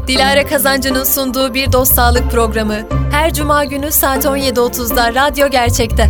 Dilara Kazancı'nın sunduğu Bir Dost Sağlık programı her cuma günü saat 17.30'da Radyo Gerçek'te.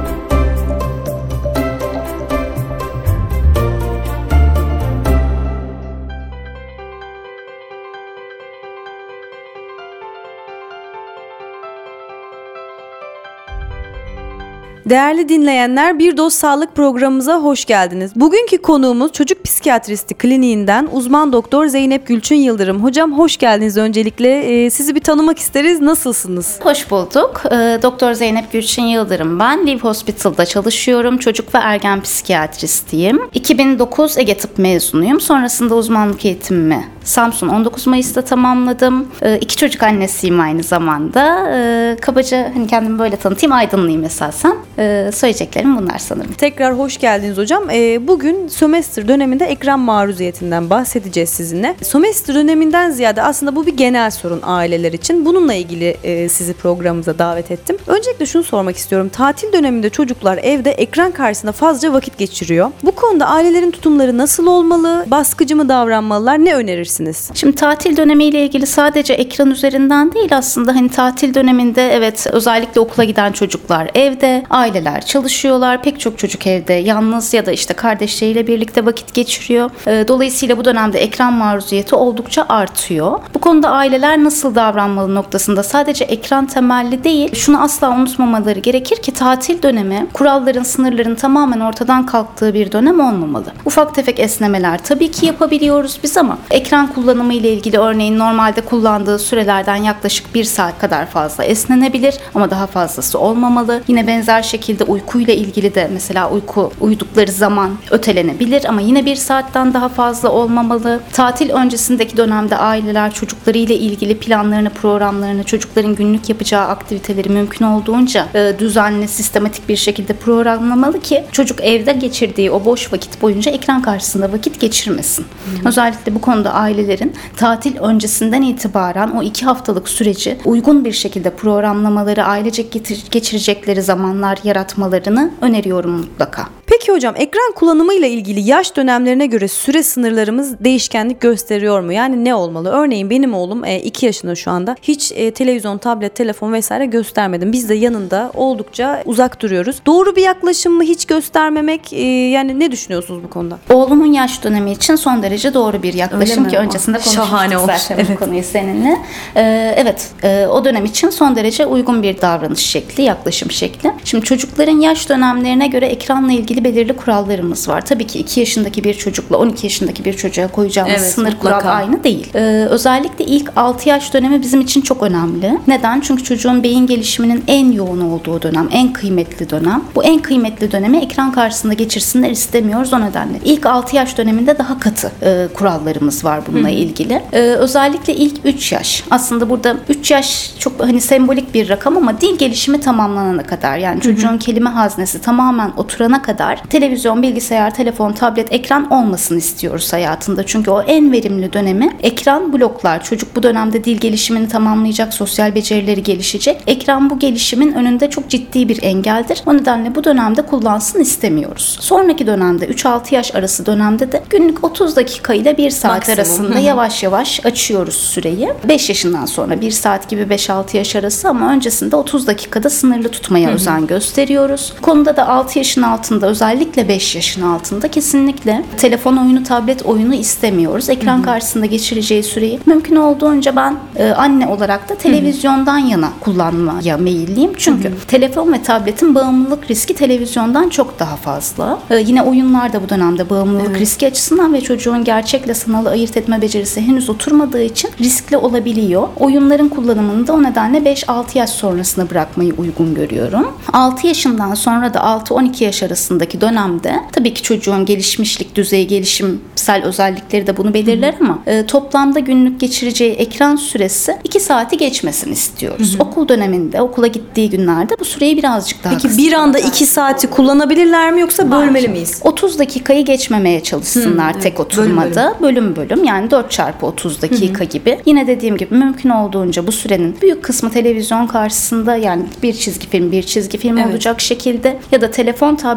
Değerli dinleyenler, Bir Dost Sağlık programımıza hoş geldiniz. Bugünkü konuğumuz Çocuk Psikiyatristi Kliniğinden uzman doktor Zeynep Gülçin Yıldırım. Hocam hoş geldiniz öncelikle. Sizi bir tanımak isteriz. Nasılsınız? Hoş bulduk. Doktor Zeynep Gülçin Yıldırım ben. Live Hospital'da çalışıyorum. Çocuk ve ergen psikiyatristiyim. 2009 Ege Tıp mezunuyum. Sonrasında uzmanlık eğitimimi Samsun 19 Mayıs'ta tamamladım. 2 çocuk annesiyim aynı zamanda. Kabaca kendimi böyle tanıtayım. Aydınlıyım esasen. Söyleyeceklerim bunlar sanırım. Tekrar hoş geldiniz hocam. Bugün sömestr döneminde ekran maruziyetinden bahsedeceğiz sizinle. Sömestr döneminden ziyade aslında bu bir genel sorun aileler için. Bununla ilgili sizi programımıza davet ettim. Öncelikle şunu sormak istiyorum. Tatil döneminde çocuklar evde ekran karşısında fazlaca vakit geçiriyor. Bu konuda ailelerin tutumları nasıl olmalı? Baskıcı mı davranmalılar? Ne önerirsiniz? Şimdi tatil dönemiyle ilgili sadece ekran üzerinden değil aslında tatil döneminde evet özellikle okula giden çocuklar evde, aileler çalışıyorlar. Pek çok çocuk evde yalnız ya da kardeşleriyle birlikte vakit geçiriyor. Dolayısıyla bu dönemde ekran maruziyeti oldukça artıyor. Bu konuda aileler nasıl davranmalı noktasında sadece ekran temelli değil, şunu asla unutmamaları gerekir ki tatil dönemi kuralların, sınırların tamamen ortadan kalktığı bir dönem olmamalı. Ufak tefek esnemeler tabii ki yapabiliyoruz biz ama ekran kullanımı ile ilgili örneğin normalde kullandığı sürelerden yaklaşık 1 saat kadar fazla esnenebilir ama daha fazlası olmamalı. Yine benzer şekilde uykuyla ilgili de mesela uyudukları zaman ötelenebilir ama yine 1 saatten daha fazla olmamalı. Tatil öncesindeki dönemde aileler çocuklarıyla ilgili planlarını, programlarını, çocukların günlük yapacağı aktiviteleri mümkün olduğunca düzenli, sistematik bir şekilde programlamalı ki çocuk evde geçirdiği o boş vakit boyunca ekran karşısında vakit geçirmesin. Özellikle bu konuda ailelerin tatil öncesinden itibaren o 2 haftalık süreci uygun bir şekilde programlamaları, ailecek geçirecekleri zamanlar yaratmalarını öneriyorum mutlaka. Peki hocam, ekran kullanımı ile ilgili yaş dönemlerine göre süre sınırlarımız değişkenlik gösteriyor mu? Yani ne olmalı? Örneğin benim oğlum 2 yaşında şu anda. Hiç televizyon, tablet, telefon vesaire göstermedim. Biz de yanında oldukça uzak duruyoruz. Doğru bir yaklaşım mı hiç göstermemek? Yani ne düşünüyorsunuz bu konuda? Oğlumun yaş dönemi için son derece doğru bir yaklaşım ki öncesinde konuşmuştuk zaten bu konuyu seninle. Evet, o dönem için son derece uygun bir davranış şekli, yaklaşım şekli. Şimdi çocukların yaş dönemlerine göre ekranla ilgili belirli kurallarımız var. Tabii ki 2 yaşındaki bir çocukla 12 yaşındaki bir çocuğa koyacağımız sınır mutlaka. Kural aynı değil. Özellikle ilk 6 yaş dönemi bizim için çok önemli. Neden? Çünkü çocuğun beyin gelişiminin en yoğun olduğu dönem, en kıymetli dönem. Bu en kıymetli dönemi ekran karşısında geçirsinler istemiyoruz o nedenle. İlk 6 yaş döneminde daha katı kurallarımız var bununla ilgili. Özellikle ilk 3 yaş. Aslında burada 3 yaş çok sembolik bir rakam ama dil gelişimi tamamlanana kadar yani çocuğun kelime haznesi tamamen oturana kadar televizyon, bilgisayar, telefon, tablet, ekran olmasını istiyoruz hayatında. Çünkü o en verimli dönemi ekran bloklar. Çocuk bu dönemde dil gelişimini tamamlayacak, sosyal becerileri gelişecek. Ekran bu gelişimin önünde çok ciddi bir engeldir. O nedenle bu dönemde kullansın istemiyoruz. Sonraki dönemde 3-6 yaş arası dönemde de günlük 30 dakika ile 1 saat maksimum arasında yavaş yavaş açıyoruz süreyi. 5 yaşından sonra 1 saat gibi 5-6 yaş arası ama öncesinde 30 dakikada sınırlı tutmaya özen gösteriyoruz. Bu konuda da 6 yaşın altında özellikle 5 yaşın altında kesinlikle telefon oyunu, tablet oyunu istemiyoruz. Ekran karşısında geçireceği süreyi mümkün olduğunca ben anne olarak da televizyondan yana kullanmaya meyilliyim. Çünkü telefon ve tabletin bağımlılık riski televizyondan çok daha fazla. Yine oyunlar da bu dönemde bağımlılık riski açısından ve çocuğun gerçekle sanalı ayırt etme becerisi henüz oturmadığı için riskli olabiliyor. Oyunların kullanımını da o nedenle 5-6 yaş sonrasına bırakmayı uygun görüyorum. 6 yaşından sonra da 6-12 yaş arasındaki dönemde tabii ki çocuğun gelişmişlik düzeyi, gelişimsel özellikleri de bunu belirler ama toplamda günlük geçireceği ekran süresi 2 saati geçmesini istiyoruz. Okul döneminde, okula gittiği günlerde bu süreyi birazcık daha Peki bir anda 2 saati kullanabilirler mi yoksa bölmeli miyiz? 30 dakikayı geçmemeye çalışsınlar tek oturmada. Bölüm yani 4x30 dakika gibi. Yine dediğim gibi mümkün olduğunca bu sürenin büyük kısmı televizyon karşısında yani bir çizgi film olacak şekilde ya da telefon, tablet karşısında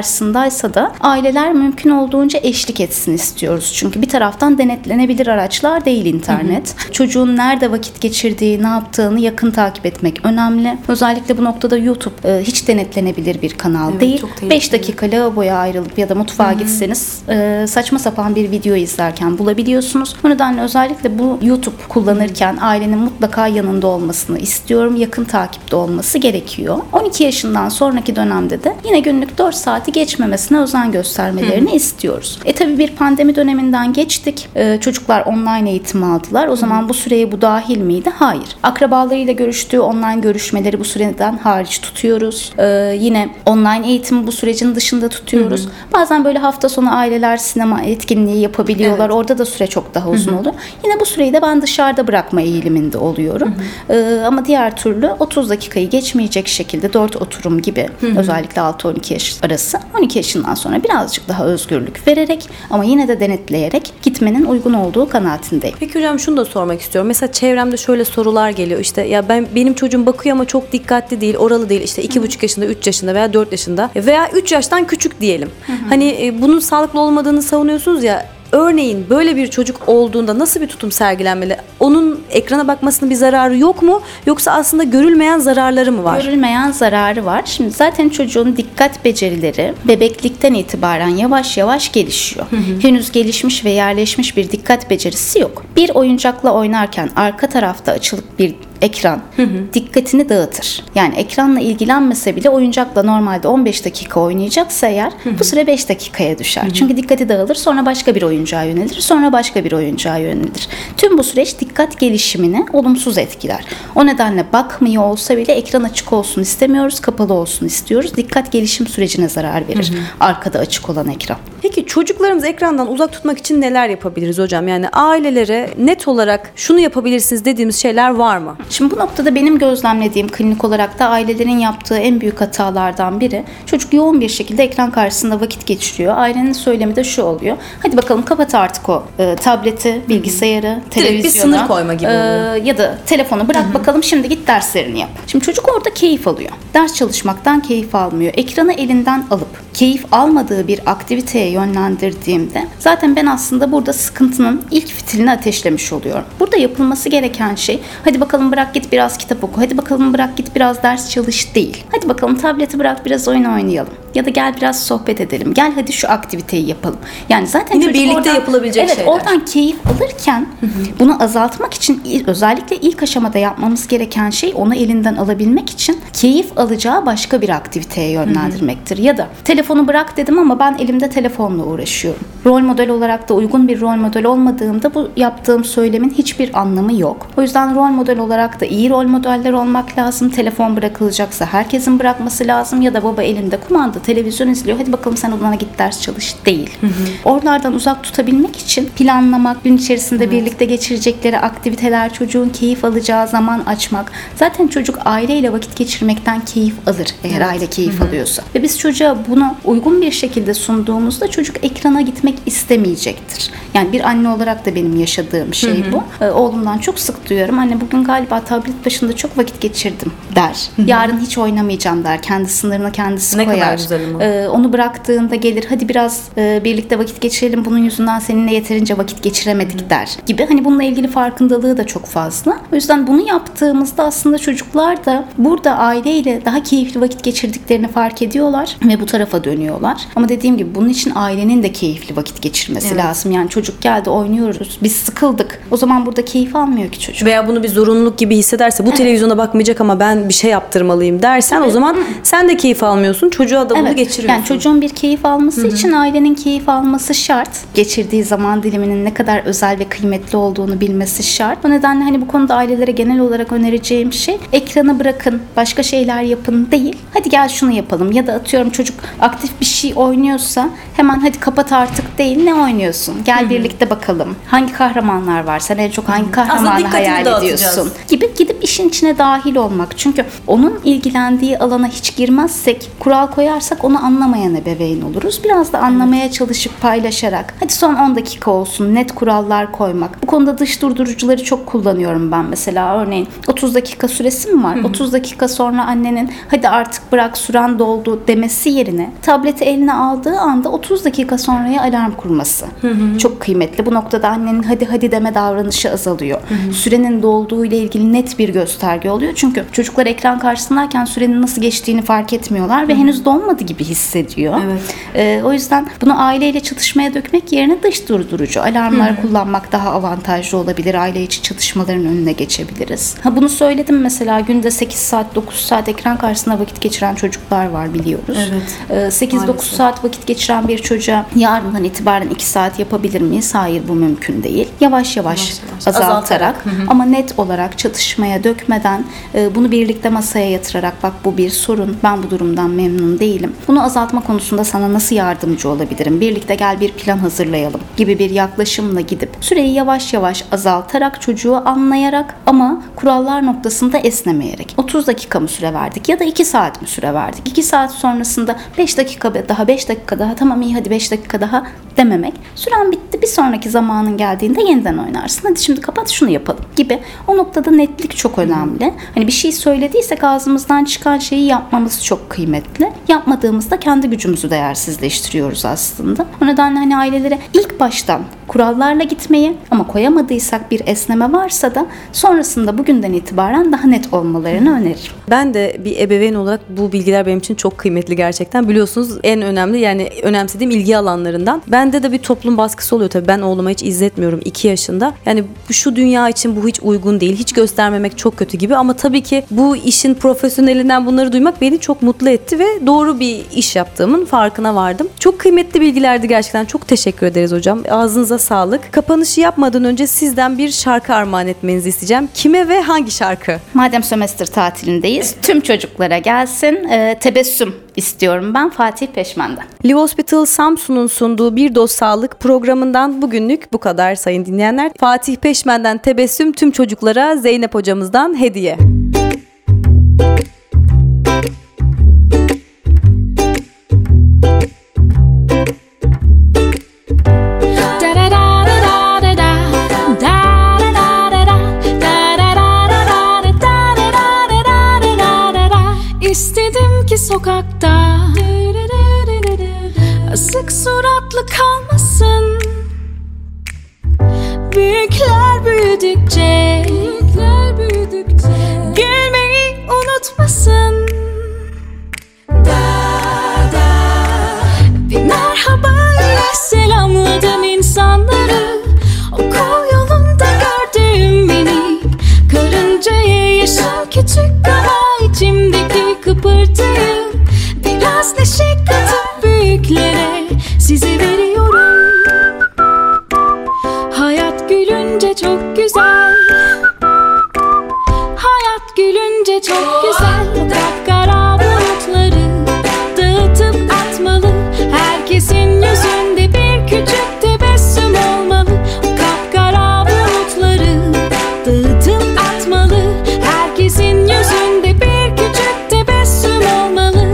karşısındaysa da aileler mümkün olduğunca eşlik etsin istiyoruz. Çünkü bir taraftan denetlenebilir araçlar değil internet. Çocuğun nerede vakit geçirdiği, ne yaptığını yakın takip etmek önemli. Özellikle bu noktada YouTube hiç denetlenebilir bir kanal değil. 5 dakika lavaboya ayrılıp ya da mutfağa gitseniz saçma sapan bir video izlerken bulabiliyorsunuz. Bu nedenle özellikle bu YouTube kullanırken ailenin mutlaka yanında olmasını istiyorum. Yakın takipte olması gerekiyor. 12 yaşından sonraki dönemde de yine günlük 4 saati geçmemesine özen göstermelerini istiyoruz. Tabii bir pandemi döneminden geçtik. Çocuklar online eğitim aldılar. O zaman bu süreye bu dahil miydi? Hayır. Akrabalarıyla görüştüğü online görüşmeleri bu süreden hariç tutuyoruz. Yine online eğitimi bu sürecin dışında tutuyoruz. Bazen böyle hafta sonu aileler sinema etkinliği yapabiliyorlar. Evet. Orada da süre çok daha uzun oluyor. Yine bu süreyi de ben dışarıda bırakma eğiliminde oluyorum. Ama diğer türlü 30 dakikayı geçmeyecek şekilde 4 oturum gibi özellikle 6-12 yaş arası 12 yaşından sonra birazcık daha özgürlük vererek ama yine de denetleyerek gitmenin uygun olduğu kanaatindeyim. Peki hocam şunu da sormak istiyorum. Mesela çevremde şöyle sorular geliyor. İşte ya benim çocuğum bakıyor ama çok dikkatli değil, oralı değil. İşte 2,5 yaşında, 3 yaşında veya 4 yaşında veya 3 yaştan küçük diyelim. Hani bunun sağlıklı olmadığını savunuyorsunuz ya. Örneğin böyle bir çocuk olduğunda nasıl bir tutum sergilenmeli? Onun ekrana bakmasının bir zararı yok mu? Yoksa aslında görülmeyen zararları mı var? Görülmeyen zararı var. Şimdi zaten çocuğun dikkat becerileri bebeklikten itibaren yavaş yavaş gelişiyor. Henüz gelişmiş ve yerleşmiş bir dikkat becerisi yok. Bir oyuncakla oynarken arka tarafta açılıp bir ekran dikkatini dağıtır. Yani ekranla ilgilenmese bile oyuncakla normalde 15 dakika oynayacaksa eğer bu süre 5 dakikaya düşer. Çünkü dikkati dağılır, sonra başka bir oyuncağa yönelir, sonra başka bir oyuncağa yönelir. Tüm bu süreç dikkat gelişimini olumsuz etkiler. O nedenle bakmıyor olsa bile ekran açık olsun istemiyoruz, kapalı olsun istiyoruz. Dikkat gelişim sürecine zarar verir arkada açık olan ekran. Peki çocuklarımızı ekrandan uzak tutmak için neler yapabiliriz hocam? Yani ailelere net olarak şunu yapabilirsiniz dediğimiz şeyler var mı? Şimdi bu noktada benim gözlemlediğim klinik olarak da ailelerin yaptığı en büyük hatalardan biri, çocuk yoğun bir şekilde ekran karşısında vakit geçiriyor. Ailenin söylemi de şu oluyor: hadi bakalım kapat artık o tableti, bilgisayarı, televizyonu. Bir sınır koyma gibi oluyor. Ya da telefonu bırak bakalım, şimdi git derslerini yap. Şimdi çocuk orada keyif alıyor. Ders çalışmaktan keyif almıyor. Ekranı elinden alıp keyif almadığı bir aktiviteye yönlendirdiğimde zaten ben aslında burada sıkıntının ilk fitilini ateşlemiş oluyorum. Burada yapılması gereken şey, hadi bakalım bırak git biraz kitap oku, hadi bakalım bırak git biraz ders çalış değil. Hadi bakalım tableti bırak biraz oyun oynayalım. Ya da gel biraz sohbet edelim. Gel hadi şu aktiviteyi yapalım. Yani zaten yine birlikte oradan, yapılabilecek şeyler. Evet, oradan keyif alırken bunu azaltmak için özellikle ilk aşamada yapmamız gereken şey, onu elinden alabilmek için keyif alacağı başka bir aktiviteye yönlendirmektir. Ya da telefonu bırak dedim ama ben elimde telefonla uğraşıyorum. Rol model olarak da uygun bir rol model olmadığımda bu yaptığım söylemin hiçbir anlamı yok. O yüzden rol model olarak da iyi rol modeller olmak lazım. Telefon bırakılacaksa herkesin bırakması lazım. Ya da baba elinde kumanda, televizyon izliyor, hadi bakalım sen odana git ders çalış değil. Oralardan uzak tutabilmek için planlamak, gün içerisinde birlikte geçirecekleri aktiviteler, çocuğun keyif alacağı zaman açmak. Zaten çocuk aileyle vakit geçirmekten keyif alır eğer aile keyif alıyorsa. Ve biz çocuğa bunu uygun bir şekilde sunduğumuzda çocuk ekrana gitmek istemeyecektir. Yani bir anne olarak da benim yaşadığım şey bu. Oğlumdan çok sık duyuyorum. Anne bugün galiba tablet başında çok vakit geçirdim der. Yarın hiç oynamayacağım der. Kendi sınırını kendisi koyar. Ne kadar güzel ama. Onu bıraktığında gelir, hadi biraz birlikte vakit geçirelim, bunun yüzünden seninle yeterince vakit geçiremedik der gibi. Hani bununla ilgili farkındalığı da çok fazla. O yüzden bunu yaptığımızda aslında çocuklar da burada aileyle daha keyifli vakit geçirdiklerini fark ediyorlar ve bu tarafa dönüyorlar. Ama dediğim gibi bunun için ailenin de keyifli vakit geçirmesi lazım. Yani çocuk geldi, oynuyoruz, biz sıkıldık. O zaman burada keyif almıyor ki çocuk. Veya bunu bir zorunluluk gibi hissederse, bu televizyona bakmayacak ama ben bir şey yaptırmalıyım dersen, o zaman sen de keyif almıyorsun. Çocuğa da bunu geçiriyorsun. Yani çocuğun bir keyif alması için ailenin keyif alması şart. Geçirdiği zaman diliminin ne kadar özel ve kıymetli olduğunu bilmesi şart. O nedenle hani bu konuda ailelere genel olarak önereceğim şey, ekranı bırakın, başka şeyler yapın değil. Hadi gel şunu yapalım. Ya da atıyorum çocuk aktif bir şey oynuyorsa hemen hadi kapat artık değil. Ne oynuyorsun? Gel birlikte bakalım. Hangi kahramanlar var? Sen en çok hangi kahramanı hayal ediyorsun? Gibi gidip işin içine dahil olmak. Çünkü onun ilgilendiği alana hiç girmezsek, kural koyarsak yaparsak onu anlamayan ebeveyn oluruz. Biraz da anlamaya çalışıp paylaşarak, hadi son 10 dakika olsun, net kurallar koymak. Bu konuda dış durdurucuları çok kullanıyorum ben mesela. Örneğin 30 dakika süresi mi var? 30 dakika sonra annenin hadi artık bırak süren doldu demesi yerine tableti eline aldığı anda 30 dakika sonraya alarm kurması. Çok kıymetli. Bu noktada annenin hadi deme davranışı azalıyor. Sürenin dolduğu ile ilgili net bir gösterge oluyor. Çünkü çocuklar ekran karşısındayken sürenin nasıl geçtiğini fark etmiyorlar ve henüz dolmadı gibi hissediyor. Evet. O yüzden bunu aileyle çatışmaya dökmek yerine dış durdurucu alarmlar kullanmak daha avantajlı olabilir. Aile içi çatışmaların önüne geçebiliriz. Bunu söyledim mesela, günde 8 saat 9 saat ekran karşısında vakit geçiren çocuklar var, biliyoruz. Evet. 8-9 saat vakit geçiren bir çocuğa yarından itibaren 2 saat yapabilir miyiz? Hayır, bu mümkün değil. Yavaş yavaş azaltarak ama net olarak çatışmaya dökmeden, bunu birlikte masaya yatırarak, bak bu bir sorun, ben bu durumdan memnun değilim. Bunu azaltma konusunda sana nasıl yardımcı olabilirim? Birlikte gel bir plan hazırlayalım gibi bir yaklaşımla gidip süreyi yavaş yavaş azaltarak, çocuğu anlayarak ama kurallar noktasında esnemeyerek. 30 dakika mı süre verdik ya da 2 saat mi süre verdik? 2 saat sonrasında 5 dakika daha, 5 dakika daha, tamam iyi hadi 5 dakika daha dememek. Süren bitti, bir sonraki zamanın geldiğinde yeniden oynarsın. Hadi şimdi kapat, şunu yapalım gibi. O noktada netlik çok önemli. Hani bir şey söylediysek ağzımızdan çıkan şeyi yapmamız çok kıymetli. Yapmadığımızda kendi gücümüzü değersizleştiriyoruz aslında. O nedenle hani ailelere ilk baştan kurallarla gitmeyi, ama koyamadıysak bir esneme varsa da sonrasında bugünden itibaren daha net olmalarını öneririm. Ben de bir ebeveyn olarak bu bilgiler benim için çok kıymetli gerçekten. Biliyorsunuz en önemli, yani önemsediğim ilgi alanlarından. Bende de bir toplum baskısı oluyor tabii. Ben oğluma hiç izletmiyorum 2 yaşında. Yani şu dünya için bu hiç uygun değil. Hiç göstermemek çok kötü gibi, ama tabii ki bu işin profesyonelinden bunları duymak beni çok mutlu etti ve doğru bir iş yaptığımın farkına vardım. Çok kıymetli bilgilerdi gerçekten. Çok teşekkür ederiz hocam. Ağzınıza sağlık. Kapanışı yapmadan önce sizden bir şarkı armağan etmenizi isteyeceğim. Kime ve hangi şarkı? Madem sömestr tatilindeyiz, tüm çocuklara gelsin. Tebessüm istiyorum ben, Fatih Peşman'dan. Live Hospital Samsun'un sunduğu Bir Doz Sağlık programından bugünlük bu kadar sayın dinleyenler. Fatih Peşman'dan Tebessüm tüm çocuklara Zeynep hocamızdan hediye. İstedim ki sokakta asık suratlı kalmasın. Büyükler büyüdükçe gülmeyi unutmasın. Bir merhaba ile selamladım insanları. Okul yolunda gördüğüm beni. Karıncaya yaşam küçük ama içimdeki kıpırtıyı biraz neşe katıp büyüklere size veriyorum. Hayat gülünce çok güzel. Hayat gülünce çok güzel. Kapkara bulutları dağıtıp atmalı. Herkesin yüzünde bir küçük tebessüm olmalı. Kapkara bulutları dağıtıp atmalı. Herkesin yüzünde bir küçük tebessüm olmalı.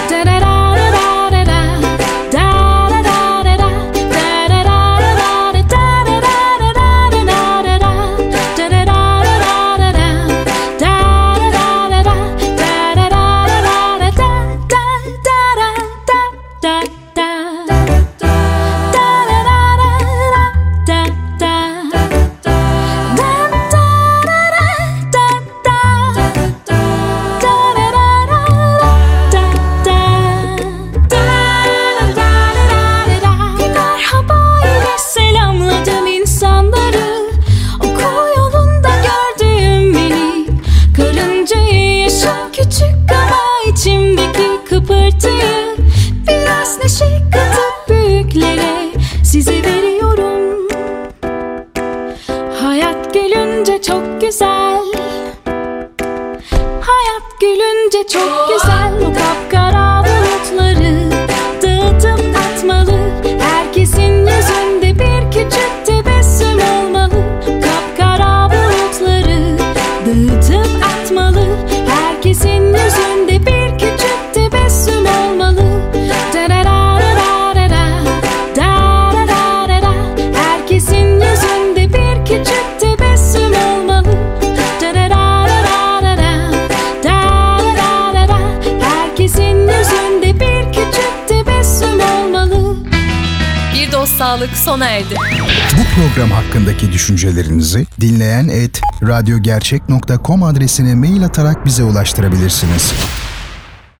Kıpırtıyı biraz neşe katıp büyüklere size veriyorum. Hayat gülünce çok güzel. Hayat gülünce çok güzel. O kapkara bulutları dağıtıp atmalı. Herkesin yüzünde bir küçük tebessüm olmalı. Kapkara bulutları dağıtıp atmalı. Herkesin yüzünde bir küçük tebessüm olmalı. sona erdi. Bu program hakkındaki düşüncelerinizi dinleyen@radyogercek.com adresine mail atarak bize ulaştırabilirsiniz.